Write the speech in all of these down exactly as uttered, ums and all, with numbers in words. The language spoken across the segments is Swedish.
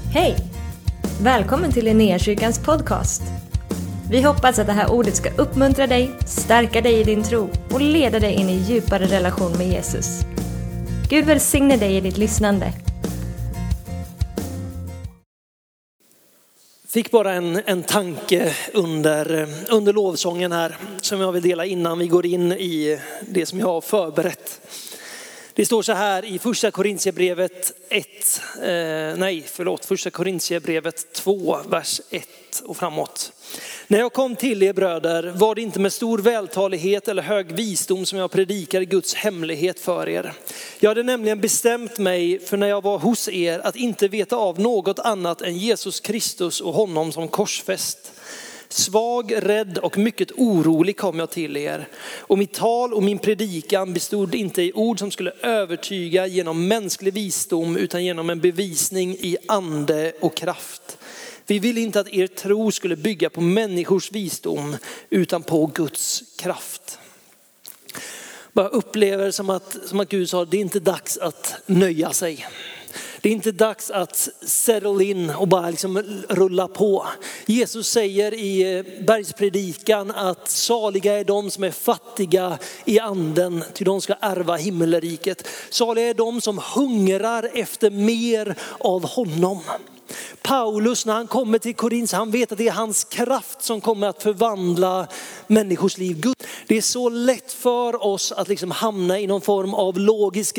Hej! Välkommen till Linnéakyrkans podcast. Vi hoppas att det här ordet ska uppmuntra dig, stärka dig i din tro och leda dig in i djupare relation med Jesus. Gud välsigne dig i ditt lyssnande. Fick bara en, en tanke under, under lovsången här som jag vill dela innan vi går in i det som jag har förberett. Det står så här i första Korintierbrevet ett, eh, nej förlåt, första Korintierbrevet två, vers ett och framåt. När jag kom till er bröder var det inte med stor vältalighet eller hög visdom som jag predikade Guds hemlighet för er. Jag hade nämligen bestämt mig för när jag var hos er att inte veta av något annat än Jesus Kristus och honom som korsfäst. Svag, rädd och mycket orolig kom jag till er. Och mitt tal och min predikan bestod inte i ord som skulle övertyga genom mänsklig visdom utan genom en bevisning i ande och kraft. Vi vill inte att er tro skulle bygga på människors visdom utan på Guds kraft. Bara upplever som att, som att Gud sa, det är inte dags att nöja sig. Det är inte dags att settle in och bara liksom rulla på. Jesus säger i bergspredikan att saliga är de som är fattiga i anden, till de ska ärva himmelriket. Saliga är de som hungrar efter mer av honom. Paulus, när han kommer till Korint, han vet att det är hans kraft som kommer att förvandla människors liv. Det är så lätt för oss att liksom hamna i någon form av logisk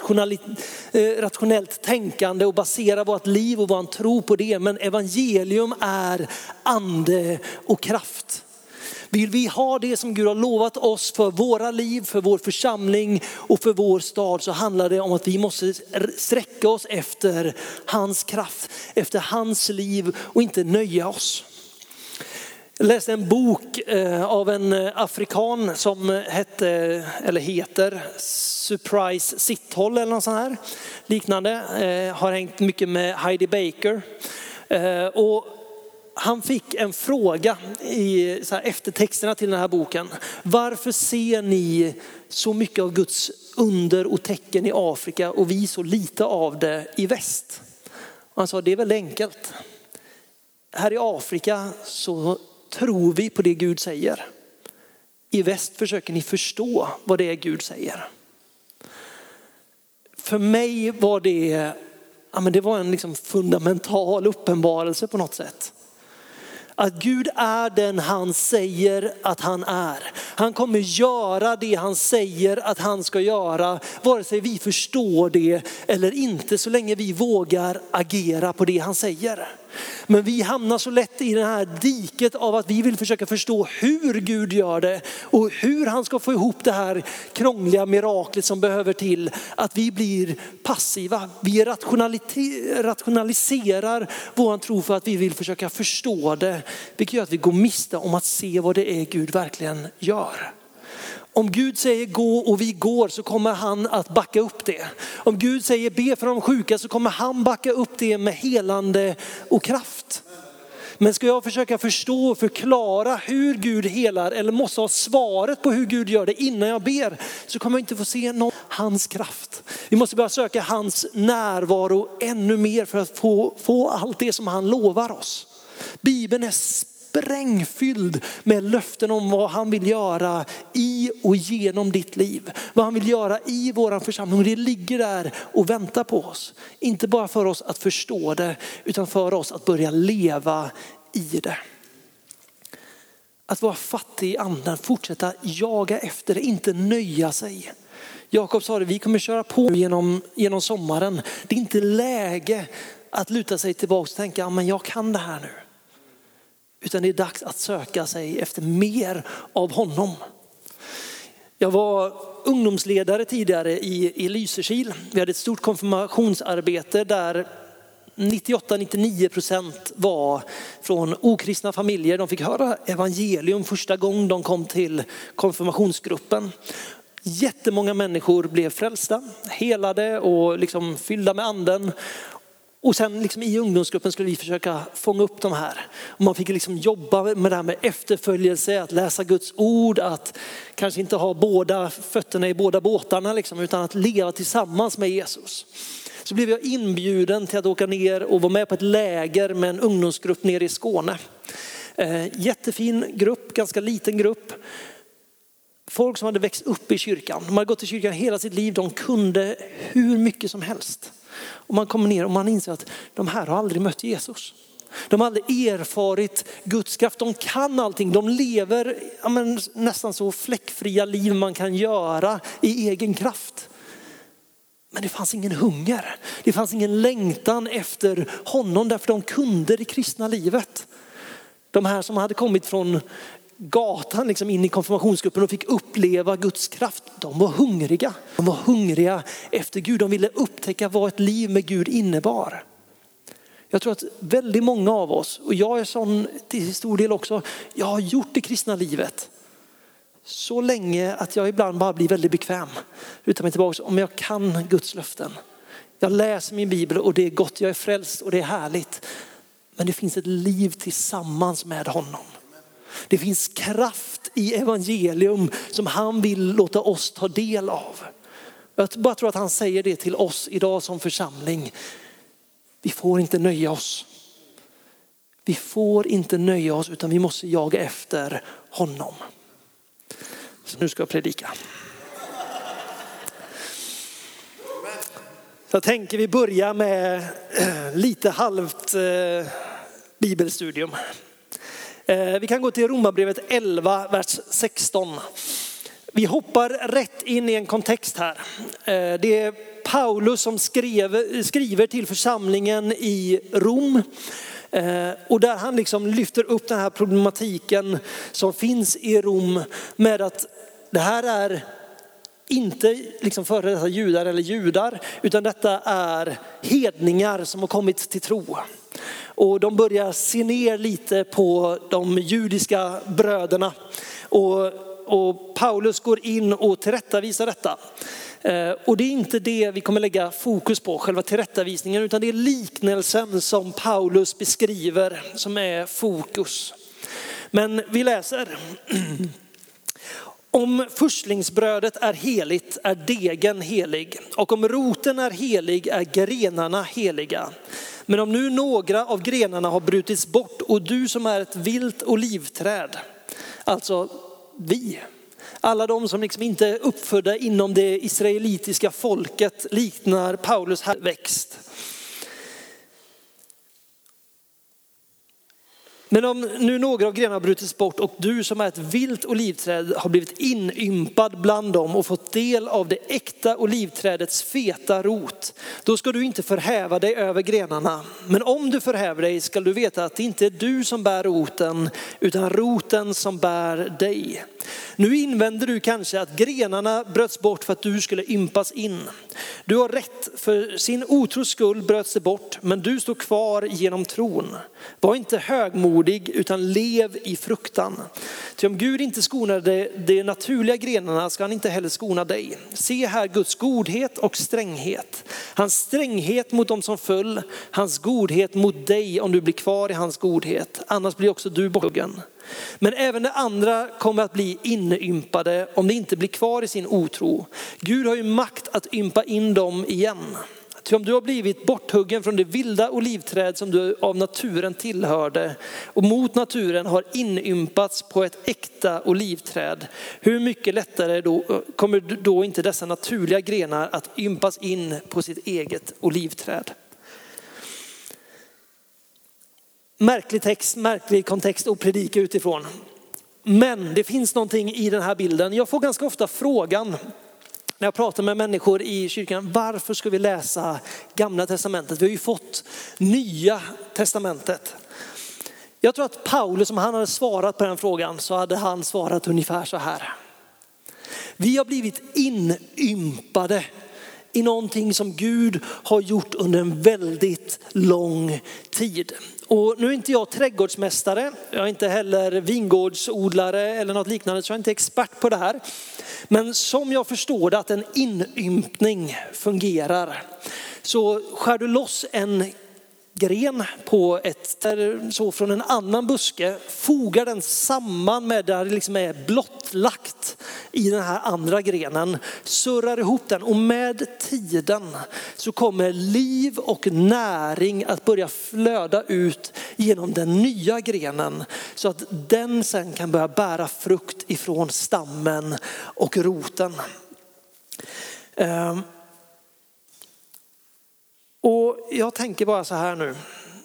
rationellt tänkande och basera vårt liv och vår tro på det. Men evangelium är ande och kraft. Vill vi ha det som Gud har lovat oss för våra liv, för vår församling och för vår stad, så handlar det om att vi måste sträcka oss efter hans kraft, efter hans liv och inte nöja oss. Jag läste en bok av en afrikan som hette, eller heter Surprise Sitthåll eller något sånt här liknande. Har hängt mycket med Heidi Baker. Och han fick en fråga i så här eftertexterna till den här boken. Varför ser ni så mycket av Guds under och tecken i Afrika och vi så lite av det i väst? Och han sa, det är väl enkelt. Här i Afrika så tror vi på det Gud säger. I väst försöker ni förstå vad det är Gud säger. För mig var det, ja, men det var en liksom fundamental uppenbarelse på något sätt. Att Gud är den han säger att han är. Han kommer göra det han säger att han ska göra. Vare sig vi förstår det eller inte, så länge vi vågar agera på det han säger. Men vi hamnar så lätt i det här diket av att vi vill försöka förstå hur Gud gör det och hur han ska få ihop det här krångliga miraklet som behöver till. Att vi blir passiva. Vi rationaliserar vår tro för att vi vill försöka förstå det. Vilket gör att vi går miste om att se vad det är Gud verkligen gör. Om Gud säger gå och vi går, så kommer han att backa upp det. Om Gud säger be för de sjuka, så kommer han backa upp det med helande och kraft. Men ska jag försöka förstå och förklara hur Gud helar, eller måste ha svaret på hur Gud gör det innan jag ber, så kommer jag inte få se någon hans kraft. Vi måste börja söka hans närvaro ännu mer för att få, få allt det som han lovar oss. Bibeln är sprängfylld med löften om vad han vill göra i och genom ditt liv. Vad han vill göra i våran församling. Det ligger där och väntar på oss. Inte bara för oss att förstå det, utan för oss att börja leva i det. Att vara fattig i anden, fortsätta jaga efter det, inte nöja sig. Jakob sa det, vi kommer köra på genom, genom sommaren. Det är inte läge att luta sig tillbaka och tänka, ja, men jag kan det här nu. Utan det är dags att söka sig efter mer av honom. Jag var ungdomsledare tidigare i, i Lysekil. Vi hade ett stort konfirmationsarbete där nittioåtta till nittionio procent var från okristna familjer. De fick höra evangelium första gången de kom till konfirmationsgruppen. Jättemånga människor blev frälsta, helade och liksom fyllda med anden. Och sen liksom i ungdomsgruppen skulle vi försöka fånga upp de här. Och man fick liksom jobba med det här med efterföljelse, att läsa Guds ord, att kanske inte ha båda fötterna i båda båtarna liksom, utan att leva tillsammans med Jesus. Så blev jag inbjuden till att åka ner och vara med på ett läger med en ungdomsgrupp nere i Skåne. Eh, jättefin grupp, ganska liten grupp. Folk som hade växt upp i kyrkan. De hade gått i kyrkan hela sitt liv. De kunde hur mycket som helst. Och man kommer ner och man inser att de här har aldrig mött Jesus. De har aldrig erfarit Guds kraft. De kan allting. De lever ja, men, nästan så fläckfria liv man kan göra i egen kraft. Men det fanns ingen hunger. Det fanns ingen längtan efter honom därför de kunde det kristna livet. De här som hade kommit från gatan liksom in i konfirmationsgruppen och fick uppleva Guds kraft. De var hungriga. De var hungriga efter Gud. De ville upptäcka vad ett liv med Gud innebar. Jag tror att väldigt många av oss, och jag är sån till stor del också, jag har gjort det kristna livet så länge att jag ibland bara blir väldigt bekväm. Utan mig tillbaka om jag kan Guds löften. Jag läser min bibel och det är gott, jag är frälst och det är härligt. Men det finns ett liv tillsammans med honom. Det finns kraft i evangelium som han vill låta oss ta del av. Jag bara tror att han säger det till oss idag som församling. Vi får inte nöja oss. Vi får inte nöja oss utan vi måste jaga efter honom. Så nu ska jag predika. Så jag tänker vi börjar med lite halvt eh, bibelstudium. Eh, vi kan gå till Romarbrevet elva, vers sexton. Vi hoppar rätt in i en kontext här. Eh, det är Paulus som skrev, skriver till församlingen i Rom. Eh, och där han liksom lyfter upp den här problematiken som finns i Rom med att det här är inte liksom före detta judar eller judar, utan detta är hedningar som har kommit till tro. Och de börjar se ner lite på de judiska bröderna. Och, och Paulus går in och tillrättavisar detta. Eh, och det är inte det vi kommer lägga fokus på, själva tillrättavisningen, utan det är liknelsen som Paulus beskriver som är fokus. Men vi läser. Om förstlingsbrödet är heligt är degen helig, och om roten är helig är grenarna heliga. Men om nu några av grenarna har brutits bort och du som är ett vilt olivträd, alltså vi, alla de som liksom inte är uppfödda inom det israelitiska folket, liknar Paulus här växt. Men om nu några av grenarna har brutits bort och du som är ett vilt olivträd har blivit inympad bland dem och fått del av det äkta olivträdets feta rot, då ska du inte förhäva dig över grenarna. Men om du förhäver dig ska du veta att det inte är du som bär roten utan roten som bär dig. Nu invänder du kanske att grenarna bröts bort för att du skulle ympas in. Du har rätt, för sin otros skull bröts det bort, men du står kvar genom tron. Var inte högmodig utan lev i fruktan. Ty om Gud inte skonade de naturliga grenarna ska han inte heller skona dig. Se här Guds godhet och stränghet. Hans stränghet mot dem som föll, hans godhet mot dig om du blir kvar i hans godhet. Annars blir också du borthuggen. Men även de andra kommer att bli inympade om de inte blir kvar i sin otro. Gud har ju makt att ympa in dem igen. Ty om du har blivit borthuggen från det vilda olivträd som du av naturen tillhörde och mot naturen har inympats på ett äkta olivträd, hur mycket lättare då, kommer då inte dessa naturliga grenar att ympas in på sitt eget olivträd? Märklig text, märklig kontext och predika utifrån. Men det finns någonting i den här bilden. Jag får ganska ofta frågan när jag pratar med människor i kyrkan, varför ska vi läsa Gamla testamentet? Vi har ju fått Nya testamentet. Jag tror att Paulus, om han hade svarat på den frågan, så hade han svarat ungefär så här. Vi har blivit inympade i någonting som Gud har gjort under en väldigt lång tid. Och nu är inte jag trädgårdsmästare, jag är inte heller vingårdsodlare eller något liknande, så jag är inte expert på det här. Men som jag förstår det att en inympning fungerar, så skär du loss en gren på ett, så från en annan buske, fogar den samman med där det liksom är blottlagt i den här andra grenen, surrar ihop den och med tiden så kommer liv och näring att börja flöda ut genom den nya grenen så att den sen kan börja bära frukt ifrån stammen och roten. Um. Och jag tänker bara så här nu.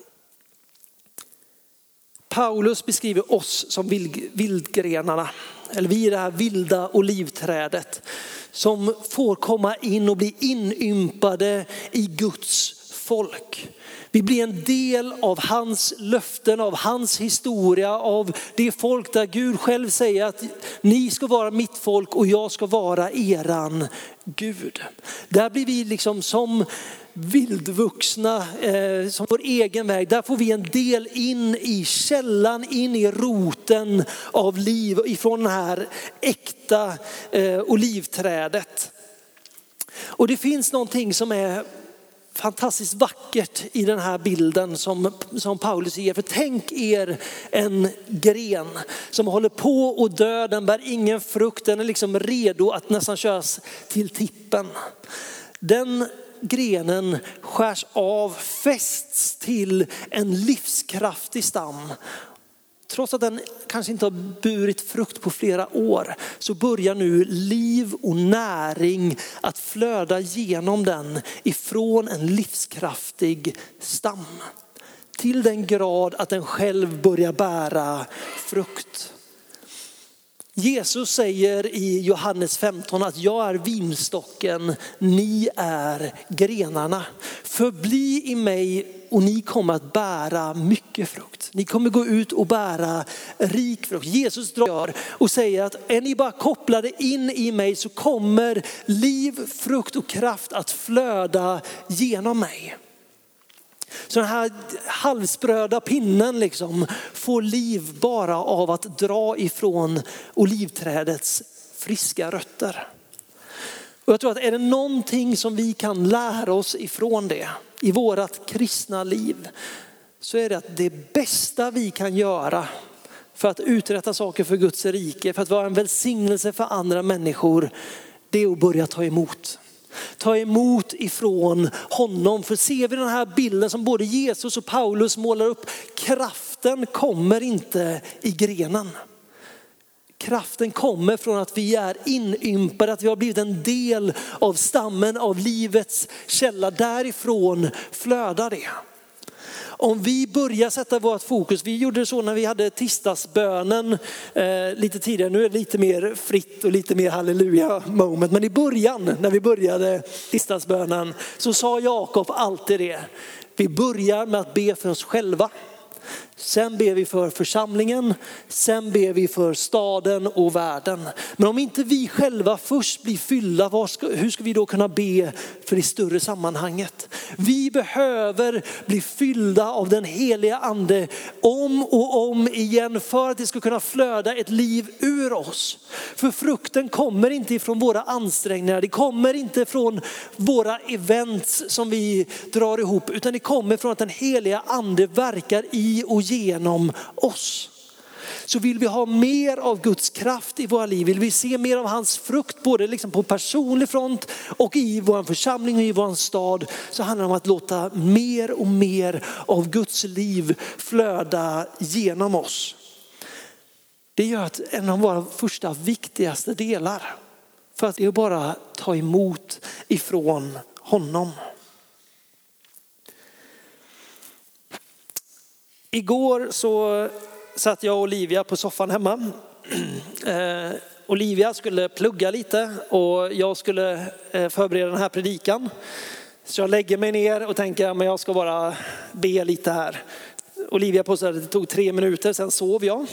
Paulus beskriver oss som vildgrenarna, eller vi är det här vilda olivträdet som får komma in och bli inympade i Guds folk. Vi blir en del av hans löften, av hans historia, av det folk där Gud själv säger att ni ska vara mitt folk och jag ska vara eran Gud. Där blir vi liksom som vildvuxna, eh, som vår egen väg. Där får vi en del in i källan, in i roten av liv ifrån det här äkta eh, olivträdet. Och det finns någonting som är fantastiskt vackert i den här bilden som, som Paulus ger. För tänk er en gren som håller på och dö, den bär ingen frukt, den är liksom redo att nästan köras till tippen. Den grenen skärs av, fästs till en livskraftig stam. Trots att den kanske inte har burit frukt på flera år så börjar nu liv och näring att flöda genom den ifrån en livskraftig stam. Till den grad att den själv börjar bära frukt. Jesus säger i Johannes femton att jag är vinstocken, ni är grenarna. Förbli i mig och ni kommer att bära mycket frukt. Ni kommer gå ut och bära rik frukt. Jesus drar och säger att är ni bara kopplade in i mig så kommer liv, frukt och kraft att flöda genom mig. Så den här halvspröda pinnen liksom får liv bara av att dra ifrån olivträdets friska rötter. Och jag tror att är det någonting som vi kan lära oss ifrån det i vårat kristna liv så är det att det bästa vi kan göra för att uträtta saker för Guds rike, för att vara en välsignelse för andra människor, det är att börja ta emot. Ta emot ifrån honom. För ser vi den här bilden som både Jesus och Paulus målar upp, kraften kommer inte i grenen. Kraften kommer från att vi är inympade, att vi har blivit en del av stammen av livets källa. Därifrån flödar det. Om vi börjar sätta vårt fokus, vi gjorde det så när vi hade tisdagsbönen eh, lite tidigare, nu är det lite mer fritt och lite mer halleluja moment. Men i början när vi började tisdagsbönen så sa Jakob alltid det. Vi börjar med att be för oss själva. Sen ber vi för församlingen, sen ber vi för staden och världen. Men om inte vi själva först blir fyllda, var ska, hur ska vi då kunna be för det större sammanhanget? Vi behöver bli fyllda av den heliga ande om och om igen för att det ska kunna flöda ett liv ur oss. För frukten kommer inte ifrån våra ansträngningar, det kommer inte från våra events som vi drar ihop, utan det kommer från att den heliga ande verkar i och genom oss. Så vill vi ha mer av Guds kraft i våra liv, vill vi se mer av hans frukt både liksom på personlig front och i vår församling och i vår stad, så handlar det om att låta mer och mer av Guds liv flöda genom oss. Det gör att en av våra första viktigaste delar för att det är bara ta emot ifrån honom. Igår så satt jag och Olivia på soffan hemma. Eh, Olivia skulle plugga lite och jag skulle eh, förbereda den här predikan. Så jag lägger mig ner och tänker att jag ska bara be lite här. Olivia påstod att det tog tre minuter, sen sov jag.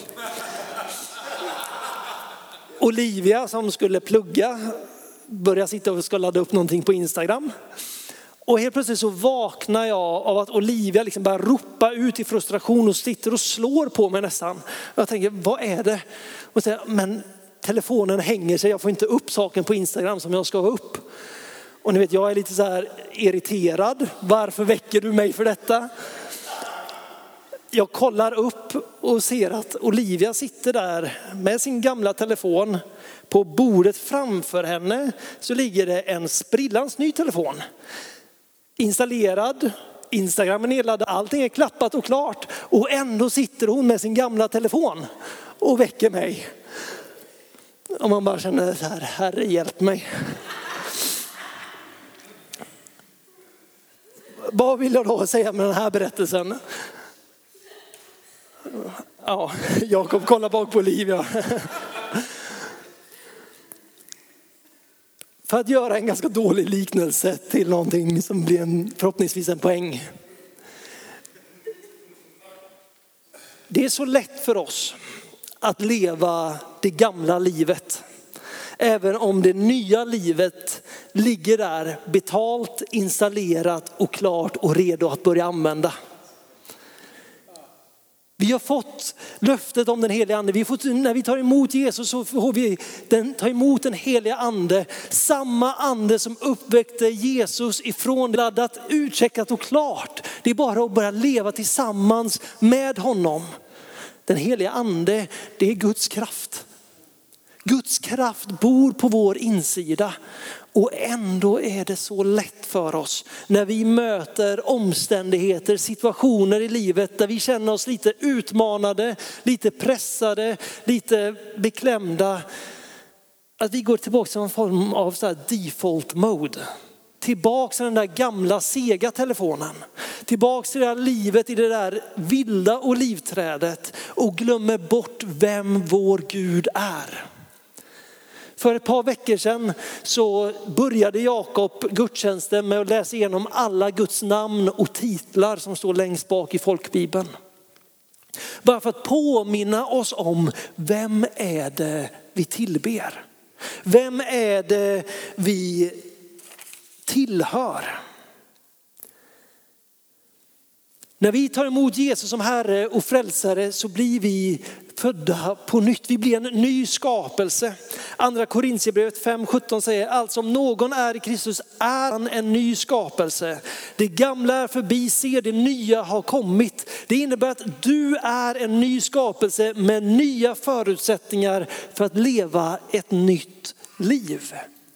Olivia som skulle plugga började sitta och ska ladda upp någonting på Instagram. Och helt plötsligt så vaknar jag av att Olivia liksom bara ropa ut i frustration och sitter och slår på mig nästan. Jag tänker, vad är det? Och säger, men telefonen hänger sig, jag får inte upp saken på Instagram som jag ska ha upp. Och ni vet, jag är lite så här irriterad. Varför väcker du mig för detta? Jag kollar upp och ser att Olivia sitter där med sin gamla telefon. På bordet framför henne så ligger det en sprillans ny telefon. Installerad, Instagram är nedladdad, allting är klappat och klart. Och ändå sitter hon med sin gamla telefon och väcker mig. Och man bara känner så här, Herre hjälp mig. Vad vill jag då säga med den här berättelsen? Ja, Jakob kollar bak på Olivia. För att göra en ganska dålig liknelse till någonting som blir en, förhoppningsvis en poäng. Det är så lätt för oss att leva det gamla livet. Även om det nya livet ligger där betalt, installerat och klart och redo att börja använda. Vi har fått löftet om den heliga ande. Vi har fått, när vi tar emot Jesus så får vi den, ta emot den heliga ande. Samma ande som uppväckte Jesus ifrån laddat, utcheckat och klart. Det är bara att börja leva tillsammans med honom. Den heliga ande, det är Guds kraft. Guds kraft bor på vår insida. Och ändå är det så lätt för oss när vi möter omständigheter, situationer i livet där vi känner oss lite utmanade, lite pressade, lite beklämda. Att vi går tillbaka till en form av så här default mode. Tillbaka till den där gamla sega telefonen. Tillbaka till det där livet i det där vilda olivträdet och glömmer bort vem vår Gud är. För ett par veckor sedan så började Jakob gudstjänsten med att läsa igenom alla Guds namn och titlar som står längst bak i folkbibeln. Bara för att påminna oss om vem är det vi tillber. Vem är det vi tillhör. När vi tar emot Jesus som Herre och frälsare så blir vi födda på nytt. Vi blir en ny skapelse. Andra Korinthierbrevet fem sjutton säger, alltså om någon är i Kristus är han en ny skapelse. Det gamla är förbi, se det nya har kommit. Det innebär att du är en ny skapelse med nya förutsättningar för att leva ett nytt liv.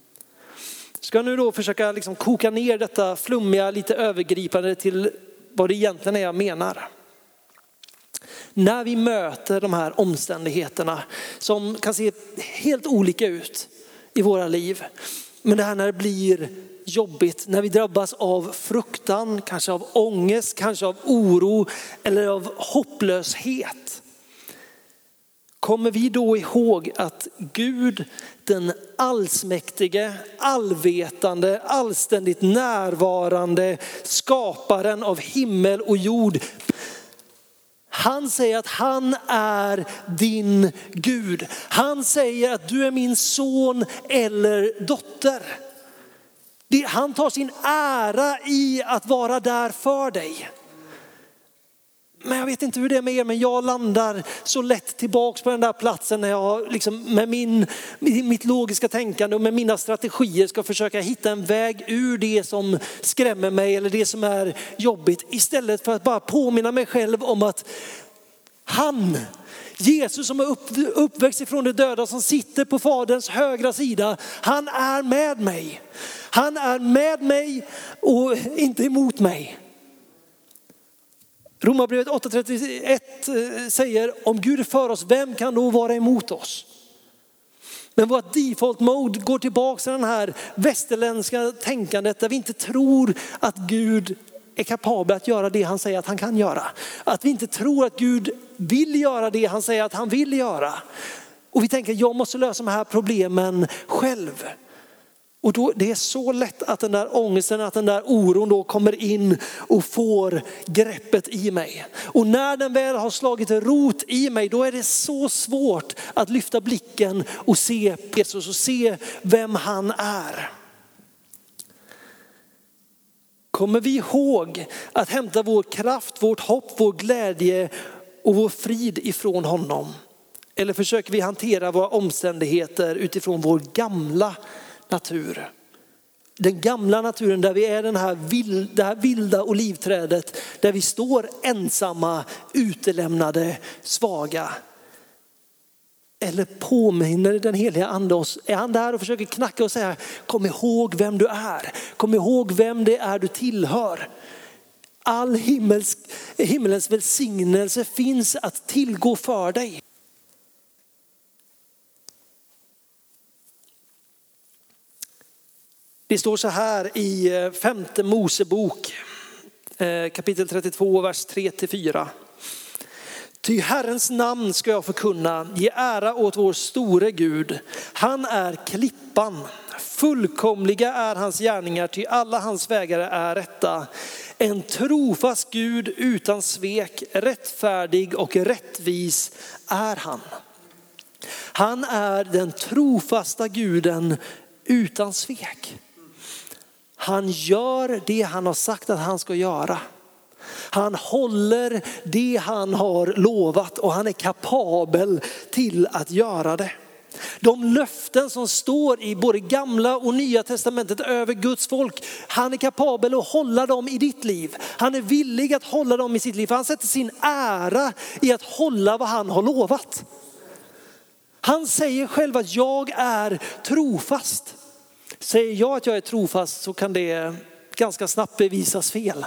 Ska nu då försöka liksom koka ner detta flummiga, lite övergripande till vad det egentligen är jag menar. När vi möter de här omständigheterna som kan se helt olika ut i våra liv. Men det här när det blir jobbigt, när vi drabbas av fruktan, kanske av ångest, kanske av oro eller av hopplöshet. Kommer vi då ihåg att Gud, den allsmäktige, allvetande, allständigt närvarande, skaparen av himmel och jord. Han säger att han är din Gud. Han säger att du är min son eller dotter. Han tar sin ära i att vara där för dig. Men jag vet inte hur det är med er, men jag landar så lätt tillbaks på den där platsen när jag liksom med min, mitt logiska tänkande och med mina strategier ska försöka hitta en väg ur det som skrämmer mig eller det som är jobbigt. Istället för att bara påminna mig själv om att han, Jesus som är upp, uppväxt ifrån de döda, som sitter på faderns högra sida, han är med mig. Han är med mig och inte emot mig. Romarbrevet åtta trettioett säger, om Gud är för oss, vem kan då vara emot oss? Men vårt default mode går tillbaka till den här västerländska tänkandet där vi inte tror att Gud är kapabel att göra det han säger att han kan göra. Att vi inte tror att Gud vill göra det han säger att han vill göra. Och vi tänker, jag måste lösa de här problemen själv. Och då, det är så lätt att den där ångesten, att den där oron då kommer in och får greppet i mig. Och när den väl har slagit rot i mig, då är det så svårt att lyfta blicken och se Jesus och se vem han är. Kommer vi ihåg att hämta vår kraft, vårt hopp, vår glädje och vår frid ifrån honom? Eller försöker vi hantera våra omständigheter utifrån vår gamla natur? den gamla naturen där vi är den här vild, det här vilda olivträdet, där vi står ensamma, utelämnade, svaga. Eller påminner den heliga ande oss? Är han där och försöker knacka och säga, kom ihåg vem du är. Kom ihåg vem det är du tillhör. All himmels, himmelens välsignelse finns att tillgå för dig. Det står så här i femte Mosebok, kapitel trettiotvå, vers tre till fyra. Ty Herrens namn ska jag förkunna, ge ära åt vår store Gud. Han är klippan, fullkomliga är hans gärningar, ty alla hans vägar är rätta. En trofast Gud utan svek, rättfärdig och rättvis är han. Han är den trofasta guden utan svek. Han gör det han har sagt att han ska göra. Han håller det han har lovat och han är kapabel till att göra det. De löften som står i både gamla och nya testamentet över Guds folk, han är kapabel att hålla dem i ditt liv. Han är villig att hålla dem i sitt liv. Han sätter sin ära i att hålla vad han har lovat. Han säger själv att jag är trofast. Säger jag att jag är trofast så kan det ganska snabbt bevisas fel.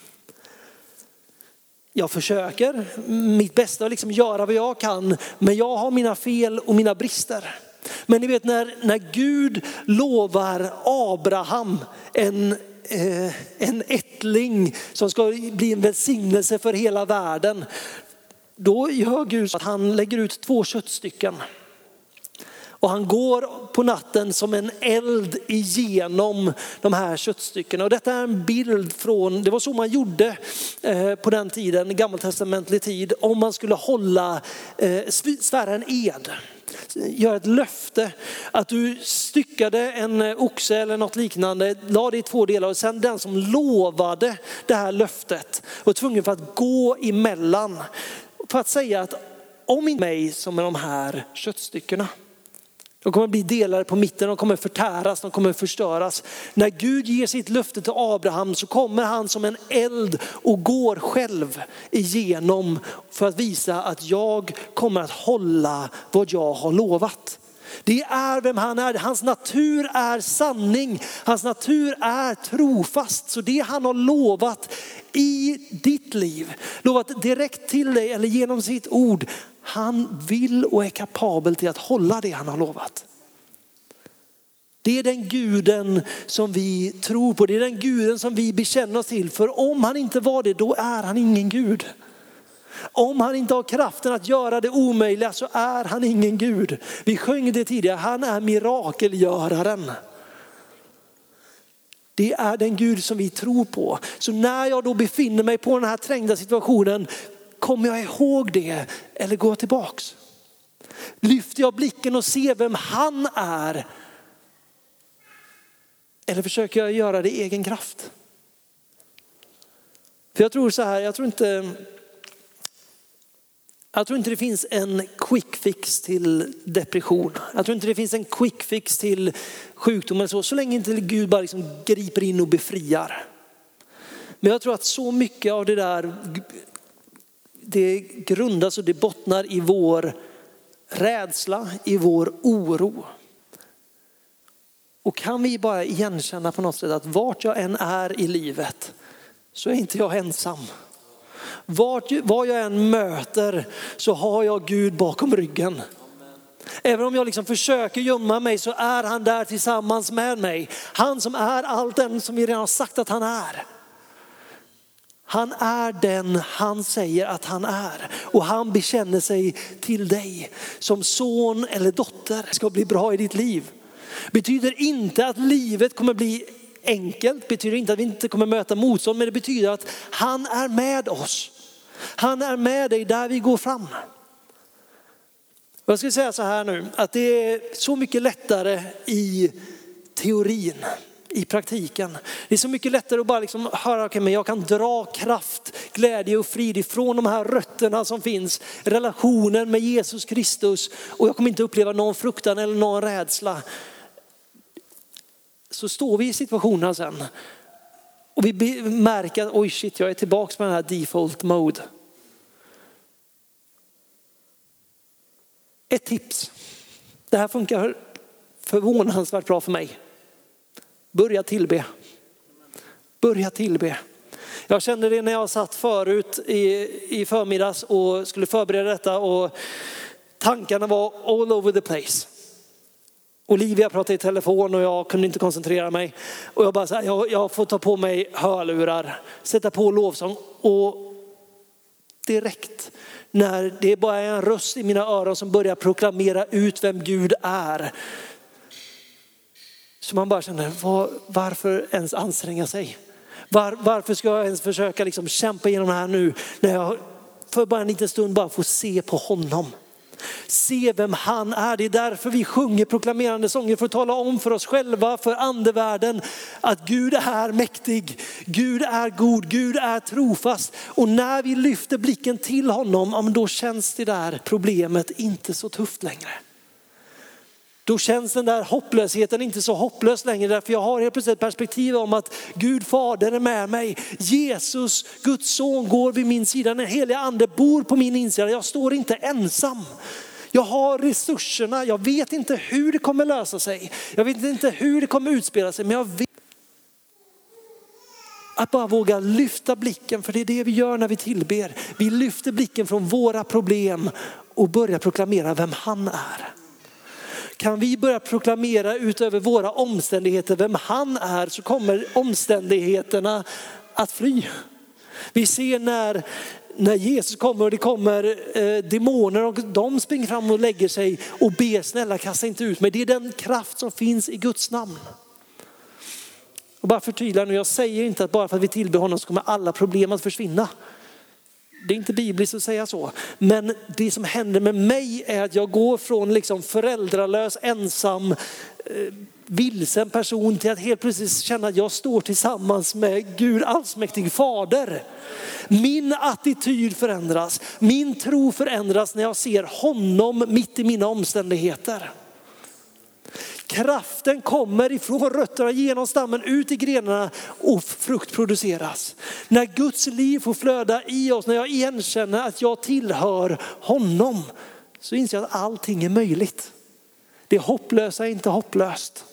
Jag försöker mitt bästa att liksom göra vad jag kan, men jag har mina fel och mina brister. Men ni vet när, när Gud lovar Abraham en, eh, en ättling som ska bli en välsignelse för hela världen. Då gör Gud så att han lägger ut två köttstycken. Och han går på natten som en eld igenom de här köttstyckena. Och detta är en bild från, det var så man gjorde på den tiden, gammaltestamentlig tid. Om man skulle hålla, svära en ed, göra ett löfte. Att du styckade en oxe eller något liknande, la det i två delar. Och sen den som lovade det här löftet var tvungen för att gå emellan. För att säga att om inte mig som är de här köttstyckena. De kommer bli delade på mitten, de kommer förtäras, de kommer förstöras. När Gud ger sitt löfte till Abraham så kommer han som en eld och går själv igenom för att visa att jag kommer att hålla vad jag har lovat. Det är vem han är. Hans natur är sanning. Hans natur är trofast. Så det han har lovat i ditt liv, lovat direkt till dig eller genom sitt ord, han vill och är kapabel till att hålla det han har lovat. Det är den guden som vi tror på. Det är den guden som vi bekänner oss till. För om han inte var det, då är han ingen gud. Om han inte har kraften att göra det omöjliga så är han ingen gud. Vi sjöng det tidigare. Han är mirakelgöraren. Det är den Gud som vi tror på. Så när jag då befinner mig på den här trängda situationen, kommer jag ihåg det eller går jag tillbaks? Lyfter jag blicken och ser vem han är? Eller försöker jag göra det i egen kraft? För jag tror så här, jag tror inte... Jag tror inte det finns en quick fix till depression. Jag tror inte det finns en quick fix till sjukdom eller så. Så länge inte Gud bara liksom griper in och befriar. Men jag tror att så mycket av det där, det grundas och det bottnar i vår rädsla, i vår oro. Och kan vi bara igenkänna på något sätt att vart jag än är i livet så är inte jag ensam. Vart, vad jag än möter så har jag Gud bakom ryggen. Även om jag liksom försöker gömma mig så är han där tillsammans med mig. Han som är allt den som vi redan har sagt att han är. Han är den han säger att han är. Och han bekänner sig till dig som son eller dotter. Ska bli bra i ditt liv. Betyder inte att livet kommer bli enkelt. Betyder inte att vi inte kommer möta motstånd. Men det betyder att han är med oss. Han är med dig där vi går fram. Jag ska säga så här nu. Att det är så mycket lättare i teorin. I praktiken. Det är så mycket lättare att bara liksom höra, okay, men jag kan dra kraft, glädje och frid ifrån de här rötterna som finns. Relationen med Jesus Kristus. Och jag kommer inte uppleva någon fruktan eller någon rädsla. så står vi i situationen sen. Och vi märker att oj shit, jag är tillbaka med den här default mode. Ett tips. Det här funkar förvånansvärt bra för mig. Börja tillbe. Börja tillbe. Jag kände det när jag satt förut i, i förmiddags och skulle förbereda detta och tankarna var all over the place. Olivia pratade i telefon och jag kunde inte koncentrera mig. Och jag bara så här, jag, jag får ta på mig hörlurar, sätta på lovsång och direkt när det bara är en röst i mina öron som börjar proklamera ut vem Gud är. Så man bara känner, var, varför ens anstränga sig? Var, varför ska jag ens försöka liksom kämpa igenom det här nu när jag för bara en liten stund bara får se på honom? Se vem han är. Det är därför vi sjunger proklamerande sånger, för att tala om för oss själva, för andevärlden, att Gud är mäktig, Gud är god, Gud är trofast. Och när vi lyfter blicken till honom, då känns det där problemet inte så tufft längre. Då känns den där hopplösheten inte så hopplös längre, därför jag har helt plötsligt ett perspektiv om att Gud fader är med mig. Jesus, Guds son, går vid min sida. Den heliga ande bor på min insida. Jag står inte ensam. Jag har resurserna. Jag vet inte hur det kommer lösa sig. Jag vet inte hur det kommer utspela sig, men jag vet att bara våga lyfta blicken, för det är det vi gör när vi tillber. Vi lyfter blicken från våra problem och börjar proklamera vem han är. Kan vi börja proklamera utöver våra omständigheter vem han är, så kommer omständigheterna att fly. Vi ser när, när Jesus kommer och det kommer eh, demoner och de springer fram och lägger sig och ber, snälla kasta inte ut mig. Det är den kraft som finns i Guds namn. Och bara förtydliga nu, jag säger inte att bara för att vi tillber honom så kommer alla problem att försvinna. Det är inte bibliskt att säga så. Men det som händer med mig är att jag går från liksom föräldralös, ensam, vilsen person till att helt plötsligt känna att jag står tillsammans med Gud allsmäktig fader. Min attityd förändras. Min tro förändras när jag ser honom mitt i mina omständigheter. Kraften kommer ifrån rötterna genom stammen ut i grenarna och frukt produceras. När Guds liv får flöda i oss, när jag igenkänner att jag tillhör honom, så inser jag att allting är möjligt. Det hopplösa är inte hopplöst.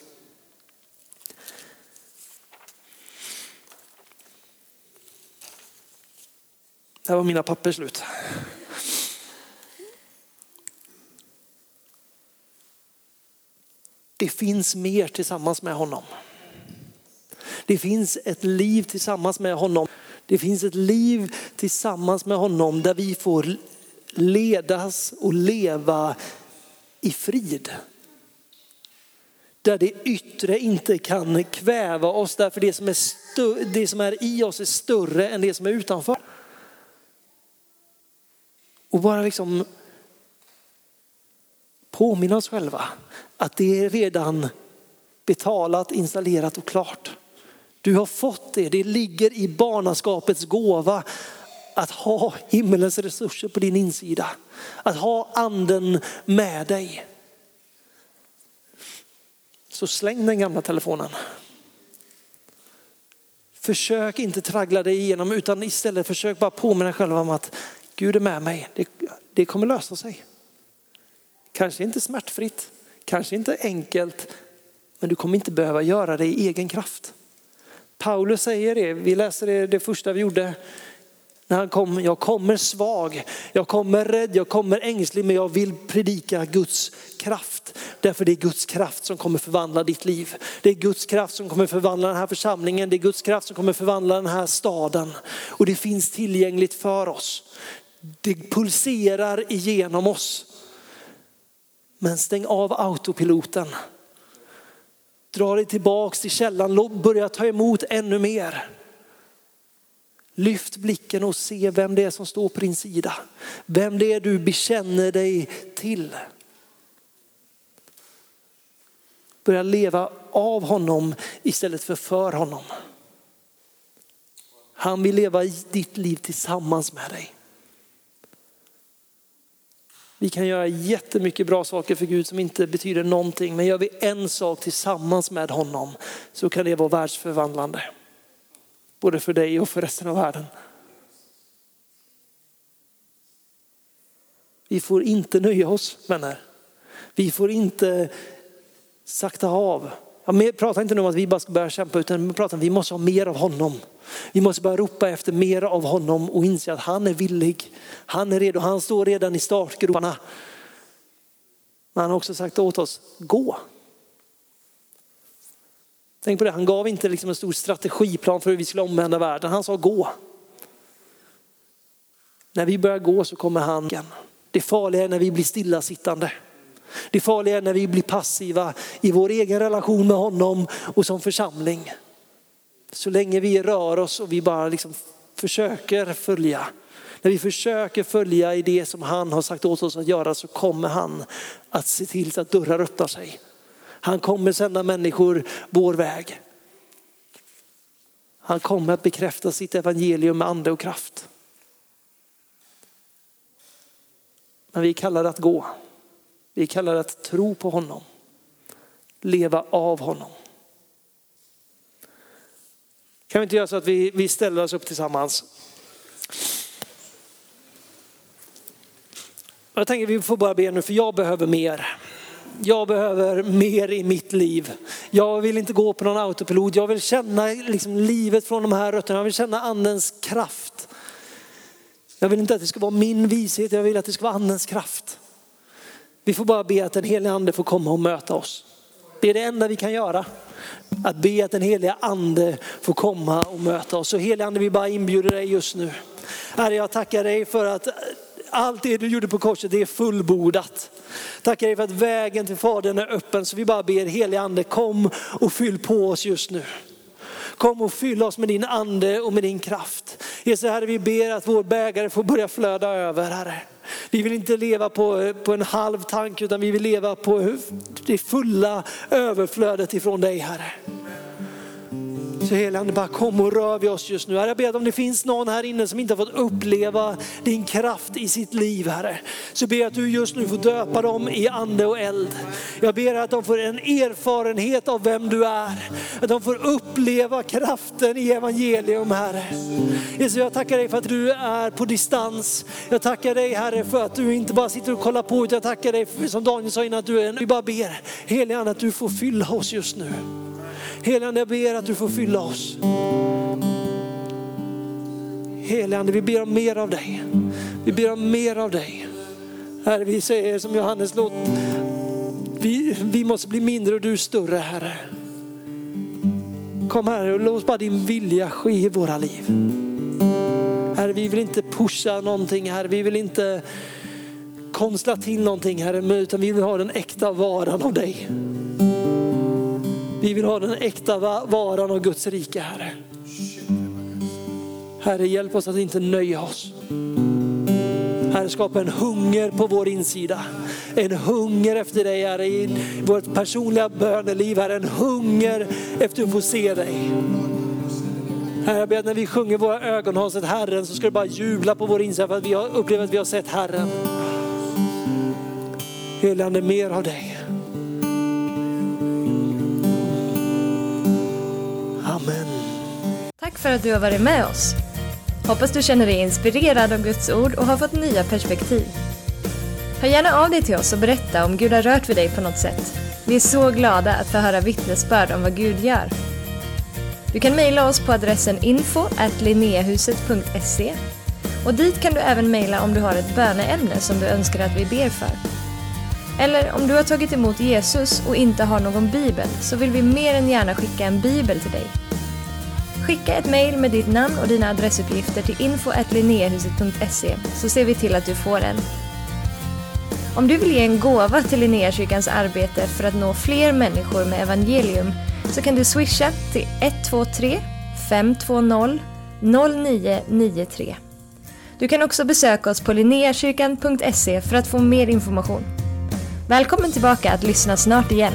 Där var mina papper slut. Det finns mer tillsammans med honom. Det finns ett liv tillsammans med honom. Det finns ett liv tillsammans med honom där vi får ledas och leva i frid. Där det yttre inte kan kväva oss, därför det som är, stö- det som är i oss är större än det som är utanför. Och bara liksom påminna oss själva att det är redan betalat, installerat och klart. Du har fått det. Det ligger i barnaskapets gåva att ha himmelens resurser på din insida. Att ha anden med dig. Så släng den gamla telefonen. Försök inte traggla dig igenom, utan istället försök bara påminna dig själv om att Gud är med mig. Det, det kommer lösa sig. Kanske inte smärtfritt, kanske inte enkelt, men du kommer inte behöva göra det i egen kraft. Paulus säger det, vi läser det, det första vi gjorde när han kom. Jag kommer svag, jag kommer rädd, jag kommer ängslig, men jag vill predika Guds kraft. Därför det är Guds kraft som kommer förvandla ditt liv. Det är Guds kraft som kommer förvandla den här församlingen. Det är Guds kraft som kommer förvandla den här staden. Och det finns tillgängligt för oss. Det pulserar igenom oss. Men stäng av autopiloten. Dra dig tillbaks till källan. Börja ta emot ännu mer. Lyft blicken och se vem det är som står på din sida. Vem det är du bekänner dig till. Börja leva av honom istället för för honom. Han vill leva i ditt liv tillsammans med dig. Vi kan göra jättemycket bra saker för Gud som inte betyder någonting. Men gör vi en sak tillsammans med honom så kan det vara världsförvandlande. Både för dig och för resten av världen. Vi får inte nöja oss, vänner. Vi får inte sakta av. Jag pratar inte om att vi bara ska börja kämpa, utan vi pratar om att vi måste ha mer av honom. Vi måste börja ropa efter mer av honom och inse att han är villig. Han är redo, han står redan i startgroparna. Men han har också sagt åt oss, gå. Tänk på det, han gav inte liksom en stor strategiplan för hur vi skulle omvända världen. Han sa gå. När vi börjar gå så kommer han. Det farliga är när vi blir stillasittande. Det farliga är när vi blir passiva i vår egen relation med honom och som församling. Så länge vi rör oss och vi bara liksom försöker följa. När vi försöker följa i det som han har sagt åt oss att göra, så kommer han att se till så att dörrar öppnar sig. Han kommer sända människor vår väg. Han kommer att bekräfta sitt evangelium med ande och kraft. Men vi kallar det att gå. Vi kallar det att tro på honom. Leva av honom. Kan vi inte göra så att vi, vi ställer oss upp tillsammans? Jag tänker att vi får bara be nu, för jag behöver mer. Jag behöver mer i mitt liv. Jag vill inte gå på någon autopilot. Jag vill känna liksom livet från de här rötterna. Jag vill känna andens kraft. Jag vill inte att det ska vara min vishet. Jag vill att det ska vara andens kraft. Vi får bara be att den heliga ande får komma och möta oss. Det är det enda vi kan göra. Att be att den heliga ande får komma och möta oss. Så heliga ande, vi bara inbjuder dig just nu. Herre, jag tackar dig för att allt det du gjorde på korset, det är fullbordat. Tackar dig för att vägen till Fadern är öppen. Så vi bara ber, heliga ande, kom och fyll på oss just nu. Kom och fyll oss med din ande och med din kraft. Jesus, Herre, vi ber att vår bägare får börja flöda över, Herre. Vi vill inte leva på, på en halv tank, utan vi vill leva på det fulla överflödet ifrån dig, Herre. Så hela ande, bara kom och rör vi oss just nu. Herre, jag ber att om det finns någon här inne som inte har fått uppleva din kraft i sitt liv, Herre, så ber jag att du just nu får döpa dem i ande och eld. Jag ber att de får en erfarenhet av vem du är. Att de får uppleva kraften i evangelium, Herre. Jesus, jag tackar dig för att du är på distans. Jag tackar dig, Herre, för att du inte bara sitter och kollar på, utan jag tackar dig för, som Daniel sa innan, att du är en, vi bara ber, heliga ande, att du får fylla oss just nu. Helige, jag ber att du får fylla oss. Helige, vi ber om mer av dig. Vi ber om mer av dig. Herre, vi säger som Johannes, låt, vi, vi måste bli mindre och du större, Herre. Kom här och låt bara din vilja ske i våra liv. Herre, vi vill inte pusha någonting, Herre. Vi vill inte konstla till någonting, Herre, utan vi vill ha den äkta varan av dig. Vi vill ha den äkta varan av Guds rike, Herre. Herre, hjälp oss att inte nöja oss. Herre, skapa en hunger på vår insida. En hunger efter dig, Herre, i vårt personliga böneliv, Herre. En hunger efter att få se dig. Herre, jag ber att när vi sjunger våra ögon har sett Herren, så ska du bara jubla på vår insida för att vi har upplevt att vi har sett Herren. Helande, mer av dig. Amen. Tack för att du har varit med oss. Hoppas du känner dig inspirerad av Guds ord och har fått nya perspektiv. Hör gärna av dig till oss och berätta om Gud har rört vid dig på något sätt. Vi är så glada att få höra vittnesbörd om vad Gud gör. Du kan mejla oss på adressen info at linneahuset punkt se och dit kan du även mejla om du har ett böneämne som du önskar att vi ber för. Eller om du har tagit emot Jesus och inte har någon bibel, så vill vi mer än gärna skicka en bibel till dig. Skicka ett mejl med ditt namn och dina adressuppgifter till info at linneahuset punkt se, så ser vi till att du får en. Om du vill ge en gåva till Linneakyrkans arbete för att nå fler människor med evangelium, så kan du swisha till ett två tre fem två noll noll nio nio tre. Du kan också besöka oss på linneakyrkan punkt se för att få mer information. Välkommen tillbaka att lyssna snart igen.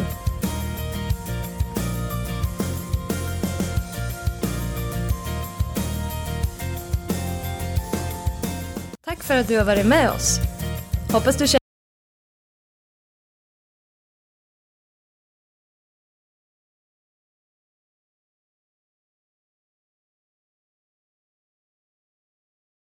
Tack för att du har varit med oss. Hoppas du känner